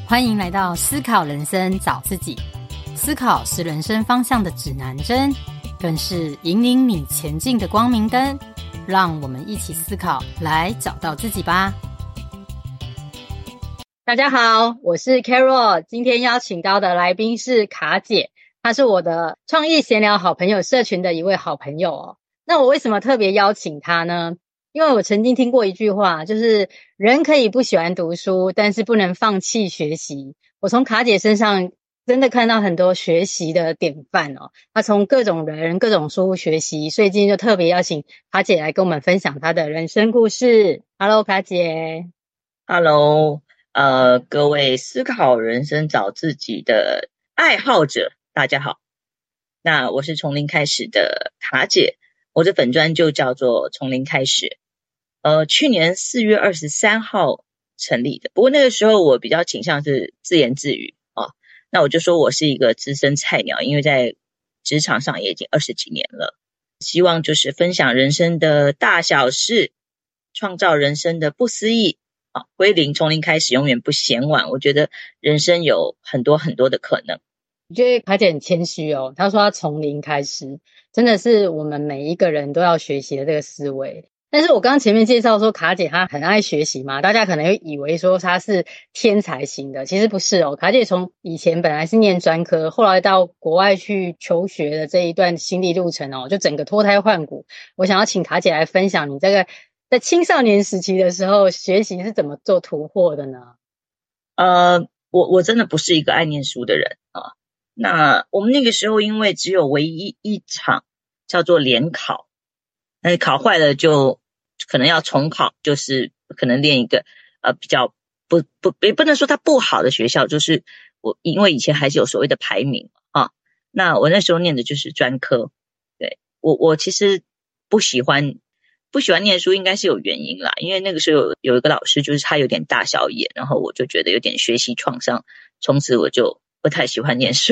欢迎来到思考人生找自己。思考是人生方向的指南针，更是引领你前进的光明灯。让我们一起思考，来找到自己吧。大家好，我是 Carol， 今天邀请到的来宾是卡姐，她是我的创意闲聊好朋友社群的一位好朋友哦。那我为什么特别邀请她呢？因为我曾经听过一句话，就是人可以不喜欢读书，但是不能放弃学习。我从卡姐身上真的看到很多学习的典范哦，她从各种人、各种书学习，所以今天就特别邀请卡姐来跟我们分享她的人生故事。Hello， 卡姐。 Hello，各位思考人生找自己的爱好者，大家好。那我是从零开始的卡姐，我的粉专就叫做从零开始。去年4月23号成立的，不过那个时候我比较倾向是自言自语啊。那我就说我是一个资深菜鸟，因为在职场上也已经20几年了，希望就是分享人生的大小事，创造人生的不思议。归零，从零开始，永远不嫌晚。我觉得人生有很多很多的可能。 我觉得卡姐很谦虚哦，她说她从零开始，真的是我们每一个人都要学习的这个思维。但是我刚刚前面介绍说卡姐她很爱学习嘛，大家可能会以为说她是天才型的，其实不是哦。卡姐从以前本来是念专科，后来到国外去求学的这一段心理路程哦，就整个脱胎换骨。我想要请卡姐来分享你这个在青少年时期的时候学习是怎么做突破的呢？ 我真的不是一个爱念书的人啊。那我们那个时候因为只有唯一一场叫做联考，那考坏了就可能要重考，就是可能练一个比较也不能说它不好的学校，就是我因为以前还是有所谓的排名啊。那我那时候念的就是专科，对，我其实不喜欢念书，应该是有原因啦。因为那个时候有一个老师，就是他有点大小眼，然后我就觉得有点学习创伤，从此我就不太喜欢念书。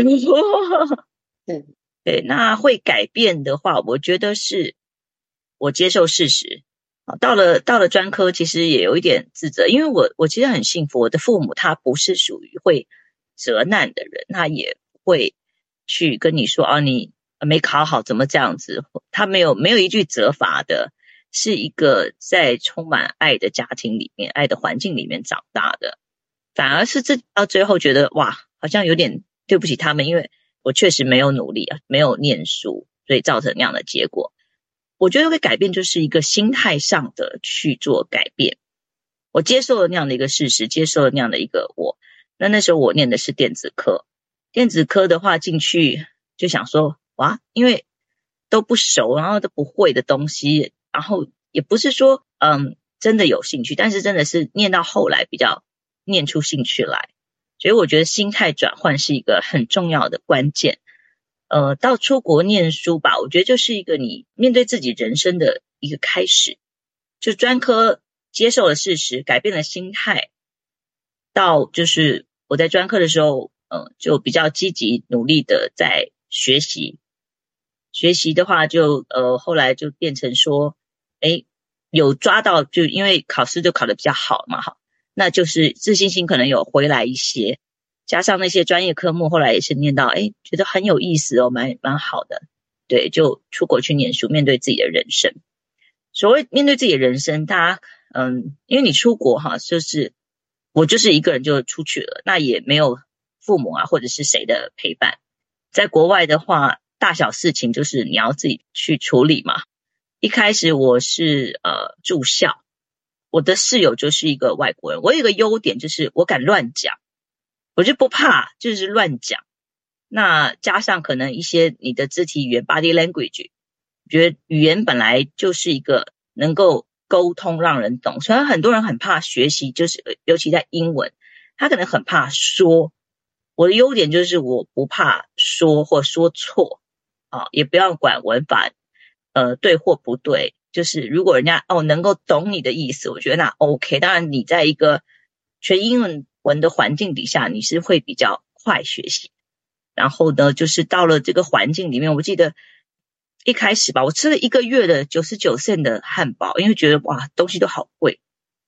对，那会改变的话，我觉得是我接受事实。到了专科，其实也有一点自责，因为我其实很幸福，我的父母他不是属于会责难的人，他也会去跟你说你没考好怎么这样子，他没有一句责罚的，是一个在充满爱的家庭里面、爱的环境里面长大的。反而是到最后觉得哇，好像有点对不起他们，因为我确实没有努力没有念书，所以造成那样的结果。我觉得会改变就是一个心态上的去做改变。我接受了那样的一个事实，接受了那样的一个我。那时候我念的是电子科，电子科的话进去就想说哇，因为都不熟，然后都不会的东西，然后也不是说真的有兴趣，但是真的是念到后来比较念出兴趣来。所以我觉得心态转换是一个很重要的关键。到出国念书吧，我觉得就是一个你面对自己人生的一个开始。就专科接受了事实，改变了心态，到就是我在专科的时候就比较积极努力的在学习的话就后来就变成说有抓到，就因为考试就考得比较好嘛，好，那就是自信心可能有回来一些，加上那些专业科目后来也是念到觉得很有意思哦，蛮好的。对，就出国去念书，面对自己的人生。所谓面对自己的人生，大家因为你出国就是我就是一个人就出去了，那也没有父母或者是谁的陪伴。在国外的话，大小事情就是你要自己去处理嘛。一开始我是住校，我的室友就是一个外国人。我有一个优点就是我敢乱讲，我就不怕就是乱讲。那加上可能一些你的肢体语言 body language， 我觉得语言本来就是一个能够沟通让人懂。虽然很多人很怕学习，就是尤其在英文，他可能很怕说。我的优点就是我不怕说或说错也不要管文法对或不对，就是如果人家能够懂你的意思，我觉得那 OK。 当然你在一个全英文的环境底下，你是会比较快学习。然后呢就是到了这个环境里面，我记得一开始吧，我吃了1个月的99 cent 的汉堡，因为觉得哇东西都好贵。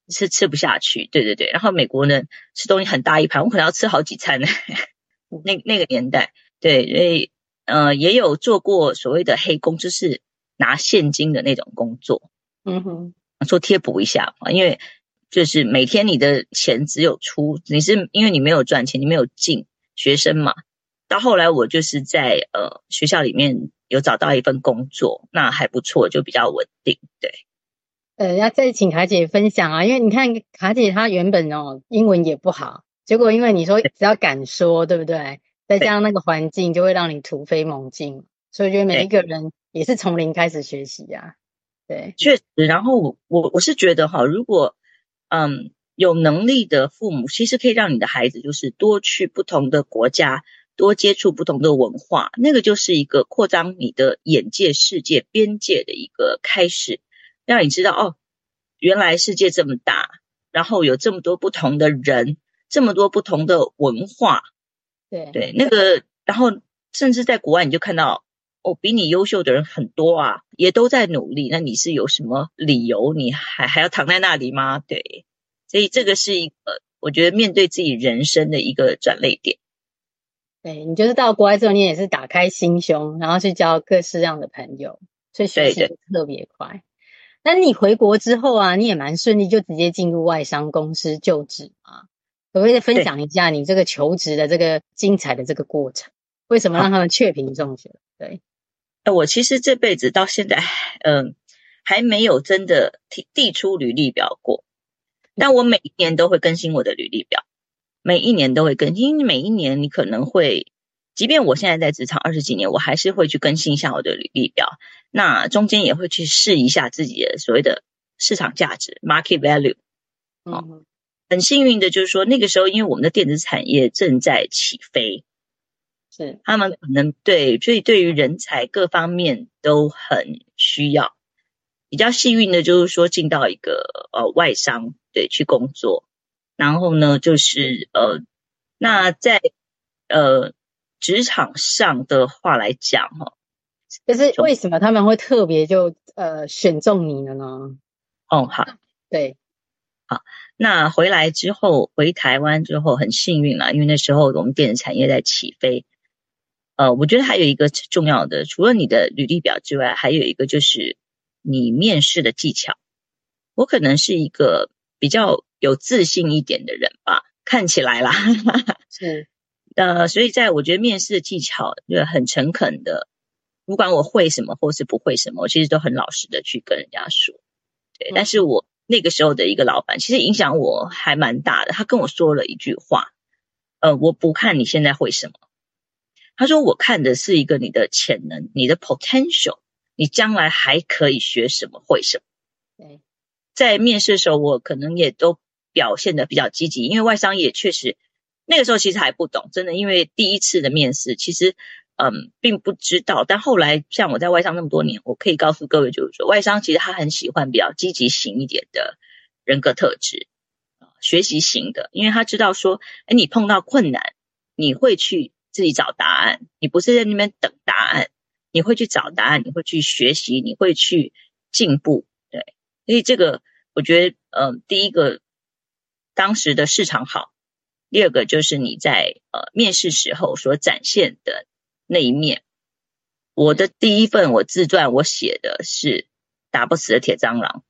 吃不下去，对对对。然后美国呢吃东西很大一盘，我可能要吃好几餐呢。那个年代，对，所以也有做过所谓的黑工，就是拿现金的那种工作， 嗯哼， 做贴补一下嘛，因为就是每天你的钱只有出，你是因为你没有赚钱，你没有进，学生嘛。到后来我就是在学校里面有找到一份工作，那还不错，就比较稳定，对。 要再请卡姐分享啊，因为你看卡姐她原本英文也不好，结果因为你说只要敢说，对不对？再加上那个环境，就会让你突飞猛进，所以我觉得每一个人也是从零开始学习啊。对， 确实。然后我是觉得哈，如果有能力的父母，其实可以让你的孩子就是多去不同的国家，多接触不同的文化，那个就是一个扩张你的眼界、世界边界的一个开始，让你知道哦，原来世界这么大，然后有这么多不同的人，这么多不同的文化，对，那个，然后甚至在国外你就看到哦，比你优秀的人很多啊，也都在努力，那你是有什么理由你还要躺在那里吗？对，所以这个是一个我觉得面对自己人生的一个转捩点。 对，你就是到国外之后，你也是打开心胸，然后去交各式样的朋友，所以学习特别快。那你回国之后啊，你也蛮顺利，就直接进入外商公司就职啊。可不可以分享一下你这个求职的这个精彩的这个过程？为什么让他们确评中选？对， 我其实这辈子到现在，还没有真的递出履历表过，但我每一年都会更新我的履历表，每一年都会更新，因为每一年你可能会，即便我现在在职场20几年，我还是会去更新一下我的履历表，那中间也会去试一下自己的所谓的市场价值 （market value）。很幸运的就是说，那个时候因为我们的电子产业正在起飞， 是他们可能对，所以对于人才各方面都很需要。比较幸运的就是说进到一个外商对去工作，然后呢就是那在职场上的话来讲哈， 就是为什么他们会特别就选中你了呢？ 哦，好， 对。 好，那回来之后，回台湾之后很幸运啦，因为那时候我们电子产业在起飞。我觉得还有一个重要的，除了你的履历表之外，还有一个就是你面试的技巧。我可能是一个比较有自信一点的人吧，看起来啦。 是。 所以在我觉得面试的技巧就很诚恳的，不管我会什么或是不会什么，我其实都很老实的去跟人家说。对，但是我那个时候的一个老板，其实影响我还蛮大的。他跟我说了一句话，我不看你现在会什么，他说我看的是一个你的潜能，你的 potential， 你将来还可以学什么会什么。 对， 在面试的时候，我可能也都表现得比较积极，因为外商也确实那个时候其实还不懂，真的，因为第一次的面试其实并不知道，但后来像我在外商那么多年，我可以告诉各位就是说，外商其实他很喜欢比较积极型一点的人格特质，学习型的，因为他知道说，你碰到困难，你会去自己找答案，你不是在那边等答案，你会去找答案，你会去学习，你会去进步，对，所以这个我觉得第一个当时的市场好，第二个就是你在面试时候所展现的那一面。我的第一份我自传我写的是打不死的铁蟑螂。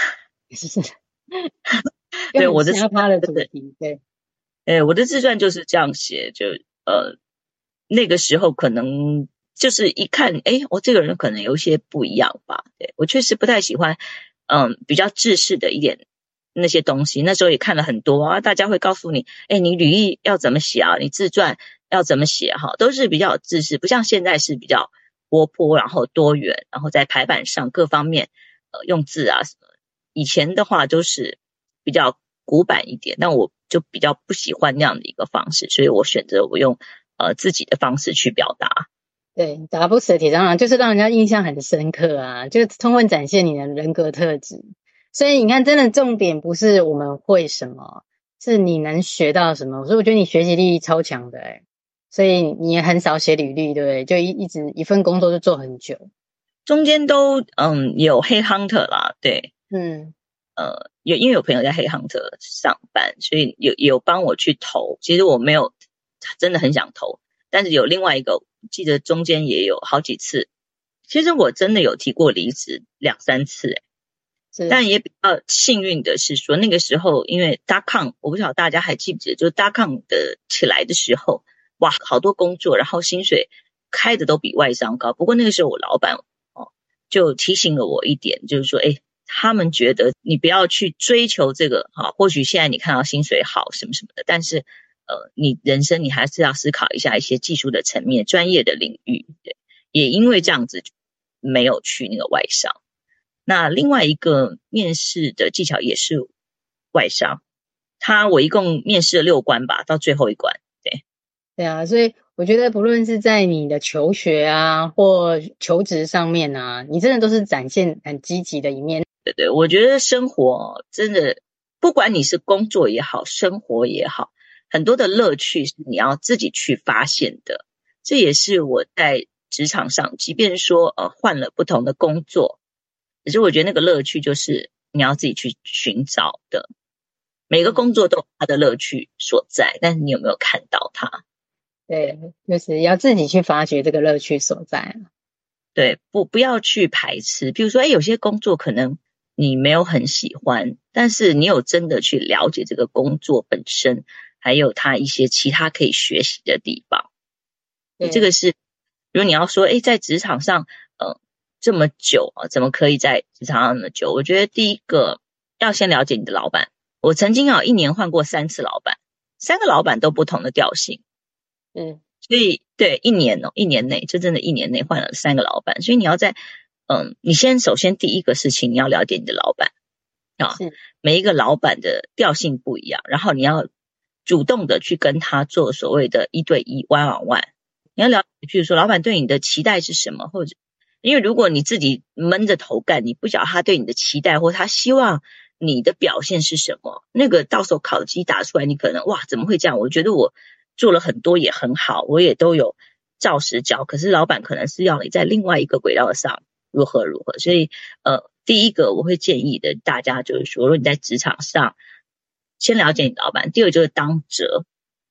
对，我的瞎趴的主题，对， 我的自传就是这样写，就那个时候可能就是一看，我这个人可能有一些不一样吧。对，我确实不太喜欢比较制式的一点那些东西，那时候也看了很多啊，大家会告诉你你履历要怎么写啊，你自传要怎么写哈，都是比较制式，不像现在是比较活泼，然后多元，然后在排版上各方面用字啊什么，以前的话都是比较古板一点，但我就比较不喜欢那样的一个方式，所以我选择我用自己的方式去表达。 对，打不死的铁蟑螂就是让人家印象很深刻啊，就充分展现你的人格特质。所以你看，真的重点不是我们会什么，是你能学到什么。所以我觉得你学习力超强的所以你也很少写履历，对不对？就一直一份工作就做很久。 中间都有黑 hunter 啦，对， 因为有朋友在黑 hunter 上班，所以有帮我去投。其实我没有真的很想投，但是有另外一个，记得中间也有好几次。其实我真的有提过离职2-3次，但也比较幸运的是说，那个时候因为 .com， 我不晓得大家还记不记得，就 .com 的起来的时候，哇，好多工作，然后薪水开的都比外商高。不过那个时候我老板就提醒了我一点，就是说，他们觉得你不要去追求这个或许现在你看到薪水好什么什么的，但是你人生你还是要思考一下一些技术的层面、专业的领域。对，也因为这样子没有去那个外商。那另外一个面试的技巧也是外商，我一共面试了6关吧，到最后一关。 对啊，所以我觉得不论是在你的求学啊或求职上面啊，你真的都是展现很积极的一面。 对，我觉得生活真的，不管你是工作也好，生活也好，很多的乐趣是你要自己去发现的。这也是我在职场上，即便说换了不同的工作，可是我觉得那个乐趣就是你要自己去寻找的。每个工作都有它的乐趣所在，但是你有没有看到它？ 对，就是要自己去发掘这个乐趣所在。 对，不要去排斥。比如说有些工作可能你没有很喜欢，但是你有真的去了解这个工作本身，还有它一些其他可以学习的地方。这个是如果你要说在职场上这么久怎么可以在职场上那么久？我觉得第一个要先了解你的老板。我曾经1年换过3次老板，3个老板都不同的调性。所以对1年内，就真的1年内换了3个老板。所以你要在你首先第一个事情你要了解你的老板每一个老板的调性不一样，然后你要主动的去跟他做所谓的1对1 one on one。你要了解，譬如说老板对你的期待是什么，或者因为如果你自己闷着头干，你不晓得他对你的期待或他希望你的表现是什么，那个到时候考绩打出来，你可能哇怎么会这样？我觉得我做了很多也很好，我也都有照实教，可是老板可能是要你在另外一个轨道上如何。所以第一个我会建议的大家就是说，如果你在职场上先了解你的老板。第二个就是当责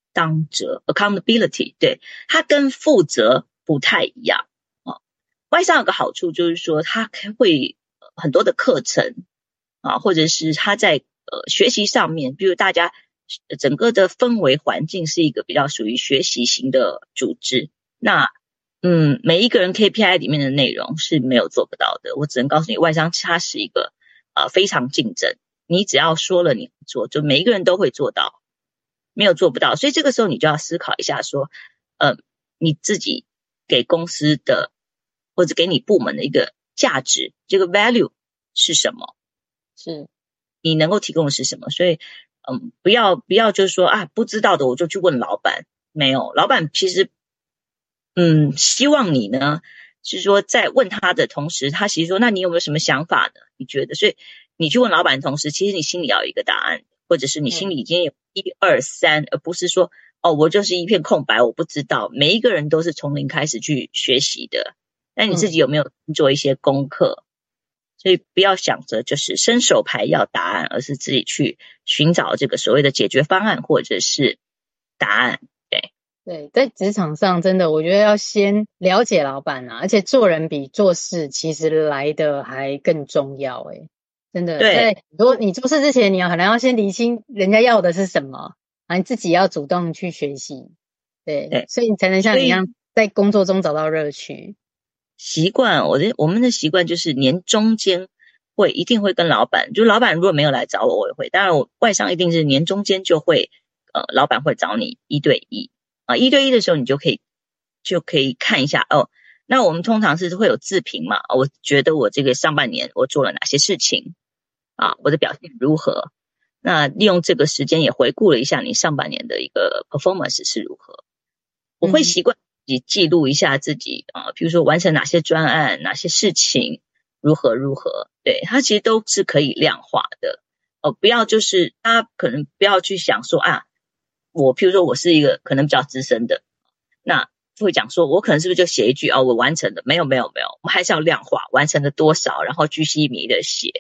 accountability， 对，它跟负责不太一样外商有个好处就是说它会很多的课程或者是他在学习上面，比如大家整个的氛围环境是一个比较属于学习型的组织。那每一个人 KPI 里面的内容是没有做不到的。我只能告诉你，外商它是一个非常竞争，你只要说了你做，就每一个人都会做到，没有做不到。所以这个时候你就要思考一下说你自己给公司的或者给你部门的一个价值，这个 value 是什么， 是你能够提供的是什么。所以不要就是说不知道的我就去问老板，没有，老板其实希望你呢是说在问他的同时，他其实说那你有没有什么想法呢？你觉得？所以你去问老板的同时，其实你心里要有一个答案，或者是你心里已经有1、2、3，而不是说我就是一片空白，我不知道。每一个人都是从零开始去学习的，那你自己有没有做一些功课？所以不要想着就是伸手牌要答案，而是自己去寻找这个所谓的解决方案或者是答案。 对，在职场上真的我觉得要先了解老板而且做人比做事其实来的还更重要真的。在你做事之前，你可能要先厘清人家要的是什么你自己要主动去学习。对，所以你才能像你一样在工作中找到乐趣。 习惯我们的习惯就是年中间一定会跟老板，就老板如果没有来找我也会，当然我外商一定是年中间就会老板会找你1对11对1的时候，你就可以看一下那我们通常是会有自评嘛我觉得我这个上半年我做了哪些事情我的表现如何，那利用这个时间也回顾了一下你上半年的一个 performance 是如何。我会习惯自己记录一下自己比如说完成哪些专案，哪些事情如何。对，它其实都是可以量化的不要就是大家可能不要去想说譬如说我是一个可能比较资深的，那会讲说我可能是不是就写一句我完成了，没有，我们还是要量化完成了多少，然后巨细靡的写。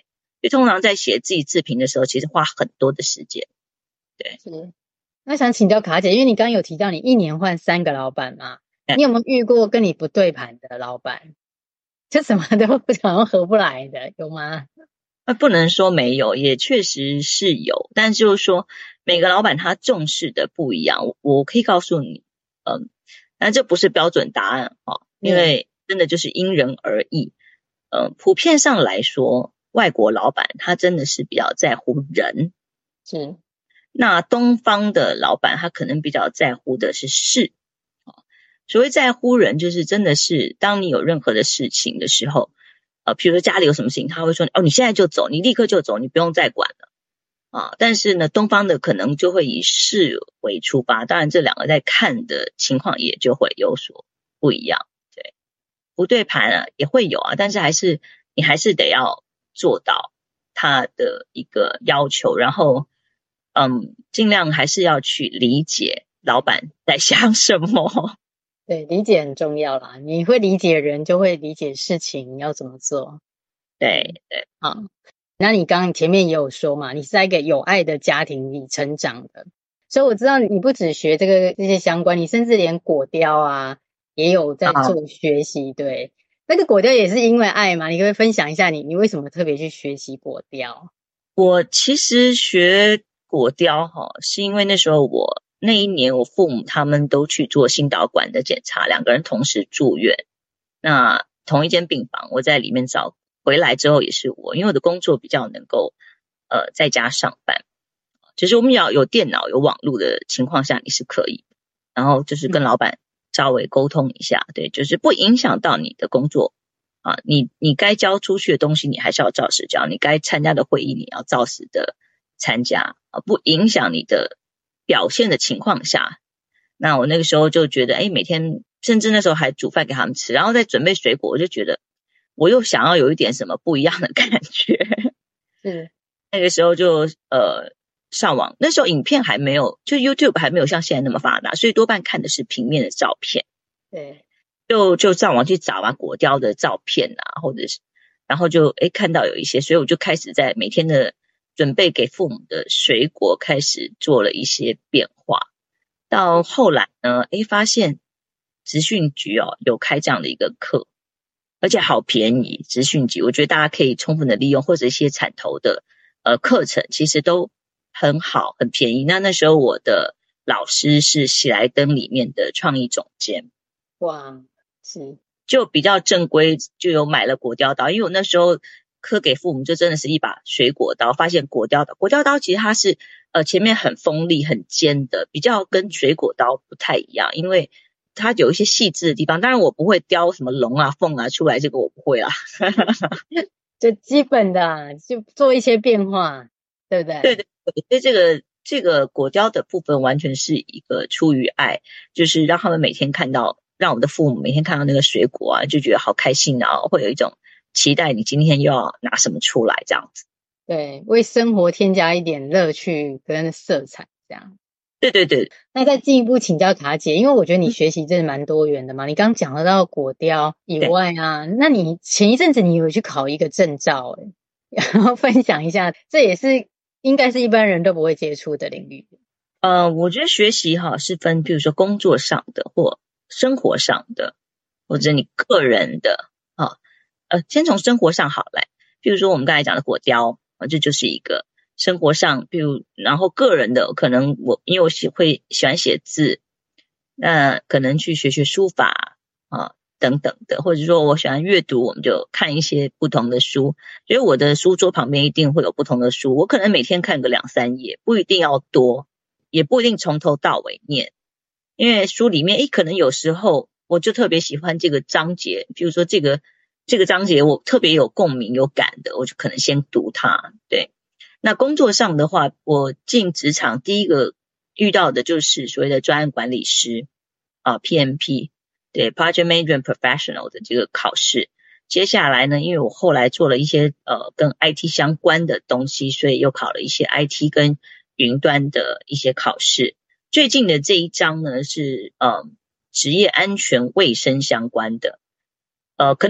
所以通常在写自己自评的时候，其实花很多的时间。对， 是。那想请教卡姐，因为你刚刚有提到你一年换3个老板嘛，你有没有遇过跟你不对盘的老板？就什么都好像合不来的，有吗？ 不能说没有，也确实是有，但就是说每个老板他重视的不一样。我可以告诉你，但这不是标准答案因为真的就是因人而异。普遍上来说，外国老板他真的是比较在乎人， 是。 那东方的老板他可能比较在乎的是事。所谓在乎人，就是真的是当你有任何的事情的时候，比如说家里有什么事情，他会说你现在就走，你立刻就走，你不用再管了但是呢，东方的可能就会以事为出发，当然这两个在看的情况也就会有所不一样。对，不对盘也会有但是你还是得要做到他的一个要求，然后尽量还是要去理解老板在想什么。 对，理解很重要啦。你会理解人，就会理解事情要怎么做。 对。 那你刚刚前面也有说嘛，你是在一个有爱的家庭里成长的，所以我知道你不只学这些相关，你甚至连果雕也有在做学习。对，那个果雕也是因为爱嘛？你可不可以分享一下你为什么特别去学习果雕？ 我其实学果雕是因为那时候那一年我父母他们都去做心导管的检查，2个人同时住院，那同一间病房，我在里面照顾，回来之后也是因为我的工作比较能够在家上班，就是我们要有电脑有网络的情况下你是可以，然后就是跟老板稍微沟通一下，对，就是不影响到你的工作你该交出去的东西你还是要照实交，你该参加的会议你要照实的参加不影响你的表现的情况下，那我那个时候就觉得每天甚至那时候还煮饭给他们吃，然后再准备水果，我就觉得我又想要有一点什么不一样的感觉。那个时候就上网，那时候影片还没有，就 YouTube 还没有像现在那么发达，所以多半看的是平面的照片。 对， 就上网去找果雕的照片或者是然后就看到有一些，所以我就开始在每天的准备给父母的水果开始做了一些变化。到后来呢发现职训局有开这样的一个课，而且好便宜，职训局我觉得大家可以充分的利用，或者一些产投的课程其实都很好很便宜。那时候我的老师是喜来登里面的创意总监。 哇，是就比较正规，就有买了果雕刀，因为我那时候刻给父母就真的是一把水果刀，发现果雕刀其实它是前面很锋利很尖的，比较跟水果刀不太一样，因为它有一些细致的地方。当然我不会雕什么龙凤出来，这个我不会就基本的就做一些变化，对不对？ 对对对，所以这个果雕的部分完全是一个出于爱，就是让他们每天看到，让我的父母每天看到那个水果就觉得好开心会有一种期待你今天又要拿什么出来这样子。 对，为生活添加一点乐趣跟色彩这样。 对对对。 那再进一步请教卡姐，因为我觉得你学习真的蛮多元的嘛，你刚讲到果雕以外那你前一阵子你有去考一个证照然后分享一下，这也是应该是一般人都不会接触的领域。 我觉得学习是分比如说工作上的或生活上的，或者你个人的先从生活上好来，比如说我们刚才讲的果雕这就是一个生活上，然后个人的可能因为我喜欢写字，那可能去学书法等等的，或者说我喜欢阅读，我们就看一些不同的书，所以我的书桌旁边一定会有不同的书，我可能每天看个2-3页，不一定要多，也不一定从头到尾念，因为书里面可能有时候我就特别喜欢这个章节，比如说这个章节我特别有共鸣有感的，我就可能先读它。对，那工作上的话，我进职场第一个遇到的就是所谓的专案管理师PMP， 对 Project Management Professional 的这个考试。接下来呢，因为我后来做了一些跟 IT 相关的东西，所以又考了一些 IT 跟云端的一些考试。最近的这一章呢是职业安全卫生相关的，可能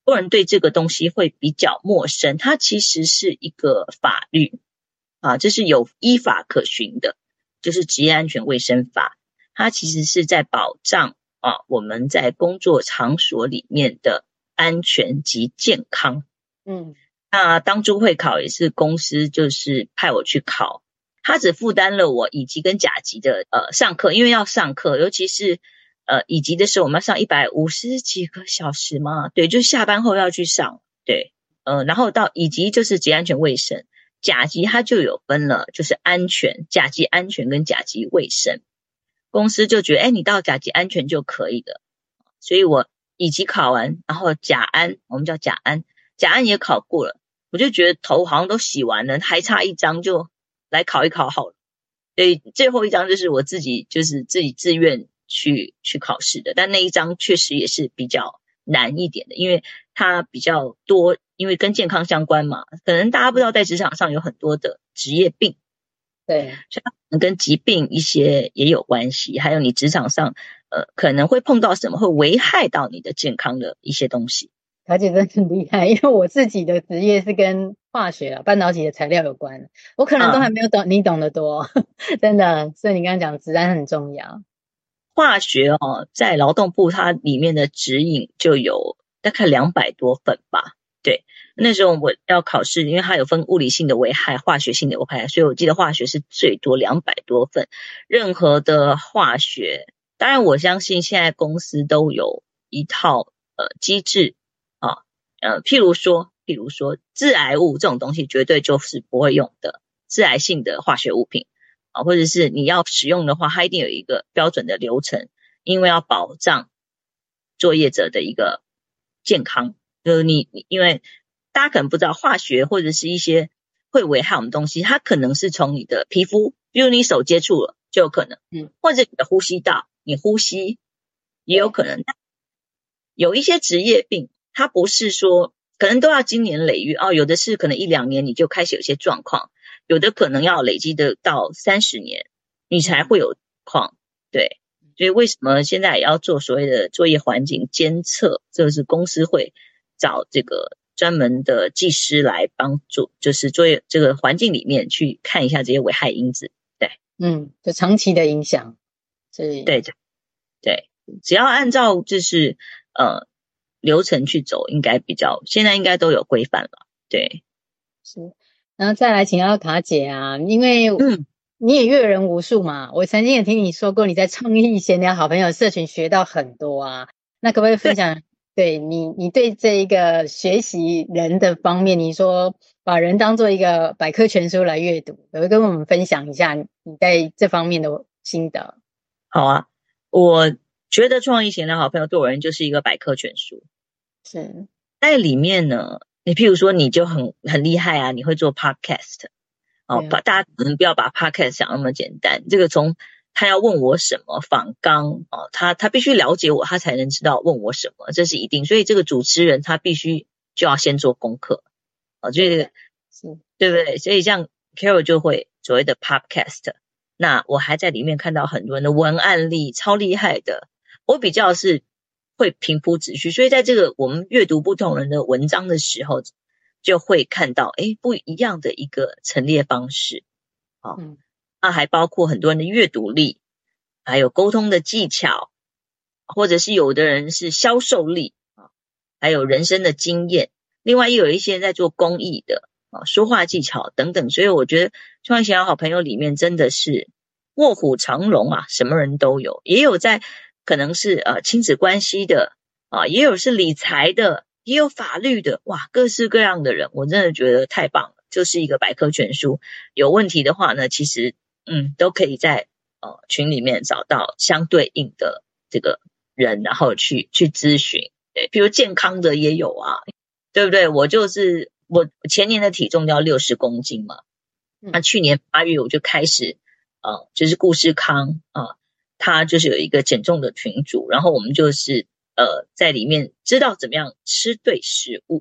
多人对这个东西会比较陌生，它其实是一个法律啊，这是有依法可循的，就是职业安全卫生法，它其实是在保障我们在工作场所里面的安全及健康。那当初会考也是公司就是派我去考，他只负担了我乙级跟甲级的上课，因为要上课，尤其是乙级的时候我们要上150几个小时嘛，对，就下班后要去上，对，然后到乙级就是职业安全卫生，甲级它就有分了，就是安全，甲级安全跟甲级卫生，公司就觉得你到甲级安全就可以了，所以我乙级考完，然后甲安，我们叫甲安也考过了，我就觉得头好像都洗完了，还差一张就来考一考好了。所以最后一张就是我自己自愿去考试的，但那一张确实也是比较难一点的，因为它比较多，因为跟健康相关嘛，可能大家不知道在职场上有很多的职业病， 对， 所以它可能跟疾病一些也有关系，还有你职场上可能会碰到什么会危害到你的健康的一些东西。 卡姐真的很厉害，因为我自己的职业是跟化学半导体的材料有关，我可能都还没有懂你懂得多，真的。所以你刚刚讲职安很重要。 化学在劳动部它里面的指引就有大概200多份吧，对，那时候我要考试，因为它有分物理性的危害、化学性的危害，所以我记得化学是最多200多份。任何的化学，当然我相信现在公司都有一套机制譬如说致癌物这种东西绝对就是不会用的，致癌性的化学物品或者是你要使用的话，它一定有一个标准的流程，因为要保障作业者的一个健康。就是因为大家可能不知道，化学或者是一些会危害我们东西，它可能是从你的皮肤，比如你手接触了就有可能，或者你的呼吸道，你呼吸也有可能。有一些职业病它不是说可能都要经年累月有的是可能1-2年你就开始有些状况，有的可能要累积的到30年你才会有况，对，所以为什么现在也要做所谓的作业环境监测，这是公司会找这个专门的技师来帮助，就是作业这个环境里面去看一下这些危害因子，对， 就长期的影响， 对，只要按照就是流程去走，应该现在应该都有规范了，对， 是。然后再来请教卡姐啊，因为你也阅人无数嘛，我曾经也听你说过你在创意闲聊好朋友社群学到很多啊，那可不可以分享对你对这一个学习人的方面，你说把人当做一个百科全书来阅读，可不可以跟我们分享一下你在这方面的心得？ 好啊，我觉得创意闲聊好朋友对我而言就是一个百科全书， 是在里面呢，你譬如说你就很厉害啊，你会做 podcast大家可能不要把 podcast 想那么简单，这个从他要问我什么访纲他必须了解我，他才能知道问我什么，这是一定，所以这个主持人他必须就要先做功课这个是对不对？所以像 Carol 就会所谓的 podcast， 那我还在里面看到很多人的文案力超厉害的，我比较是会平铺直叙，所以在这个我们阅读不同人的文章的时候，就会看到不一样的一个陈列方式那还包括很多人的阅读力，还有沟通的技巧，或者是有的人是销售力还有人生的经验，另外又有一些人在做公益的说话技巧等等，所以我觉得创业闲聊好朋友里面真的是卧虎藏龙什么人都有，也有在可能是亲子关系的也有是理财的，也有法律的，哇，各式各样的人，我真的觉得太棒了，就是一个百科全书。有问题的话呢，其实都可以在群里面找到相对应的这个人，然后去咨询。对，比如健康的也有对不对？我前年的体重要60公斤嘛，那去年8月我就开始就是故事康他就是有一个减重的群组，然后我们就是在里面知道怎么样吃对食物，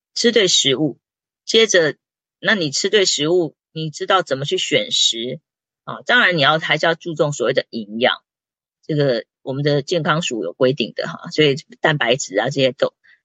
接着那你吃对食物，你知道怎么去选食当然你还是要注重所谓的营养，这个我们的健康署有规定的所以蛋白质这些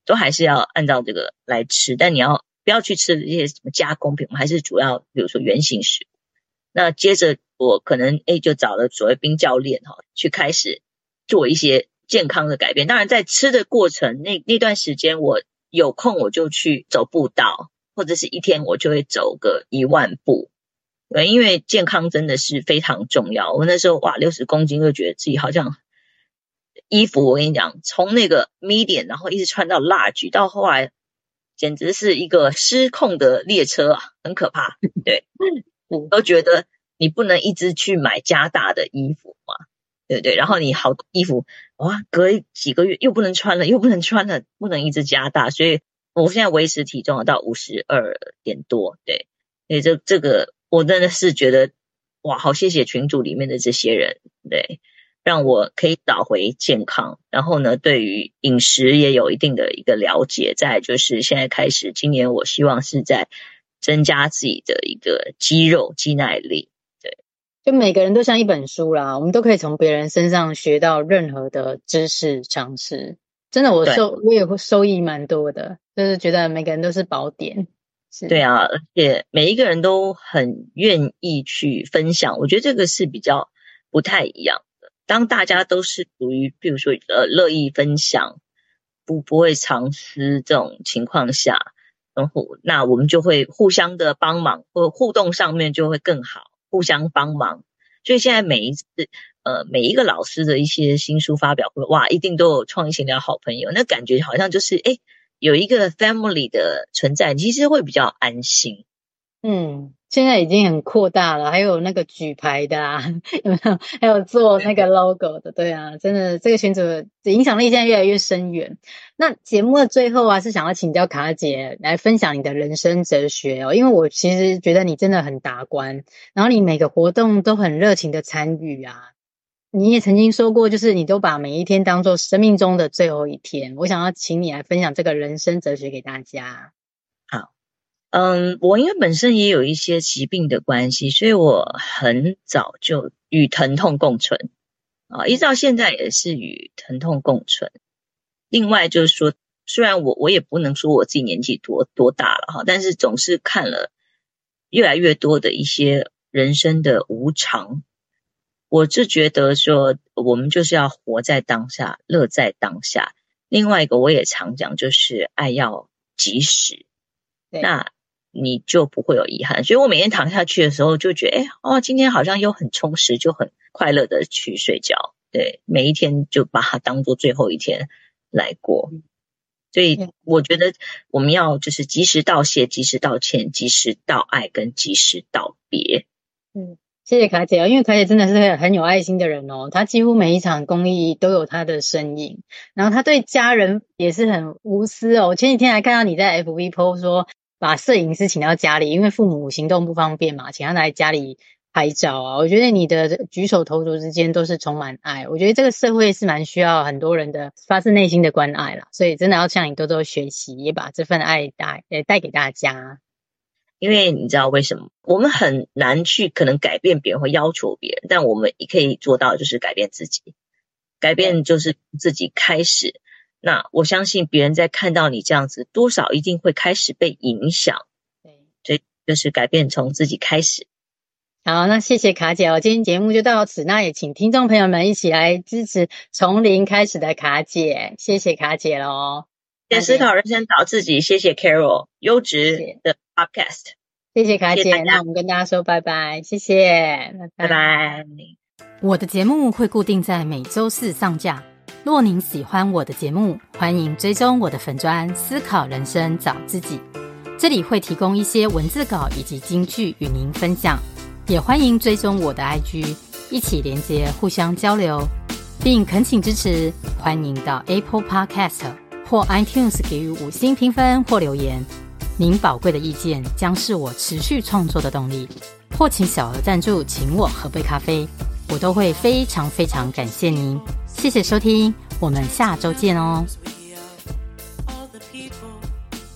都还是要按照这个来吃，但你要不要去吃这些什么加工品，我们还是主要比如说原型食物。那接着我可能就找了所谓冰教练去开始做一些健康的改变。当然在吃的过程那段时间，我有空我就去走步道，或者是一天我就会走个10000步。对，因为健康真的是非常重要。我那时候60公斤就觉得自己好像衣服，我跟你讲，从那个 medium 然后一直穿到 large， 到后来简直是一个失控的列车啊，很可怕。对，都觉得你不能一直去买加大的衣服嘛，对不对？然后你好多衣服隔几个月又不能穿了，不能一直加大，所以我现在维持体重到52点多。对，所以这个我真的是觉得好谢谢群组里面的这些人，对，让我可以找回健康，然后呢对于饮食也有一定的一个了解。再来就是现在开始，今年我希望是在增加自己的一个肌肉肌耐力。对， 就每个人都像一本书啦，我们都可以从别人身上学到任何的知识常识。真的我也会收益蛮多的，就是觉得每个人都是宝典。 对啊，而且每一个人都很愿意去分享，我觉得这个是比较不太一样的。当大家都是属于比如说乐意分享，不会藏私这种情况下，然后那我们就会互相的帮忙，或互动上面就会更好，互相帮忙。所以现在每一个老师的一些新书发表会，一定都有创意闲聊好朋友，那感觉好像就是有一个 family 的存在，其实会比较安心。 现在已经很扩大了，还有那个举牌的啊，有没有？还有做那个 logo 的，对啊，真的这个群组的影响力现在越来越深远。那节目的最后是想要请教卡姐来分享你的人生哲学因为我其实觉得你真的很达观，然后你每个活动都很热情的参与啊。你也曾经说过，就是你都把每一天当作生命中的最后一天。我想要请你来分享这个人生哲学给大家。 好，我因为本身也有一些疾病的关系，所以我很早就与疼痛共存一直到现在也是与疼痛共存。另外就是说，虽然我也不能说我自己年纪多大了但是总是看了越来越多的一些人生的无常。我就觉得说我们就是要活在当下，乐在当下。另外一个我也常讲，就是爱要及时，那你就不会有遗憾。所以我每天躺下去的时候就觉得今天好像又很充实，就很快乐的去睡觉。对，每一天就把它当作最后一天来过。所以我觉得我们要就是及时道谢，及时道歉，及时道爱，跟及时道别。 谢谢卡姐因为卡姐真的是很有爱心的人她几乎每一场公益都有她的身影，然后她对家人也是很无私前几天还看到你在 FB po 说把摄影师请到家里，因为父母行动不方便嘛，请他来家里拍照我觉得你的举手投足之间都是充满爱，我觉得这个社会是蛮需要很多人的发自内心的关爱啦，所以真的要向你多多学习，也把这份爱带给大家。 因为你知道为什么我们很难去可能改变别人或要求别人，但我们也可以做到就是改变自己，改变就是自己开始。那我相信别人在看到你这样子，多少一定会开始被影响。所以就是改变从自己开始。 好，那谢谢卡姐今天节目就到此，那也请听众朋友们一起来支持从零开始的卡姐，谢谢卡姐咯。 谢谢思考人生找自己，谢谢 Carol 优质的 Podcast， 谢谢卡姐，那我们跟大家说拜拜，谢谢， 拜拜。 我的节目会固定在每周四上架，若您喜欢我的节目，欢迎追踪我的粉专思考人生找自己，这里会提供一些文字稿以及金句与您分享，也欢迎追踪我的 IG， 一起连结互相交流，并恳请支持，欢迎到 Apple Podcast或 iTunes 给予5星评分或留言，您宝贵的意见将是我持续创作的动力，或请小额赞助请我喝杯咖啡，我都会非常非常感谢您。谢谢收听，我们下周见哦。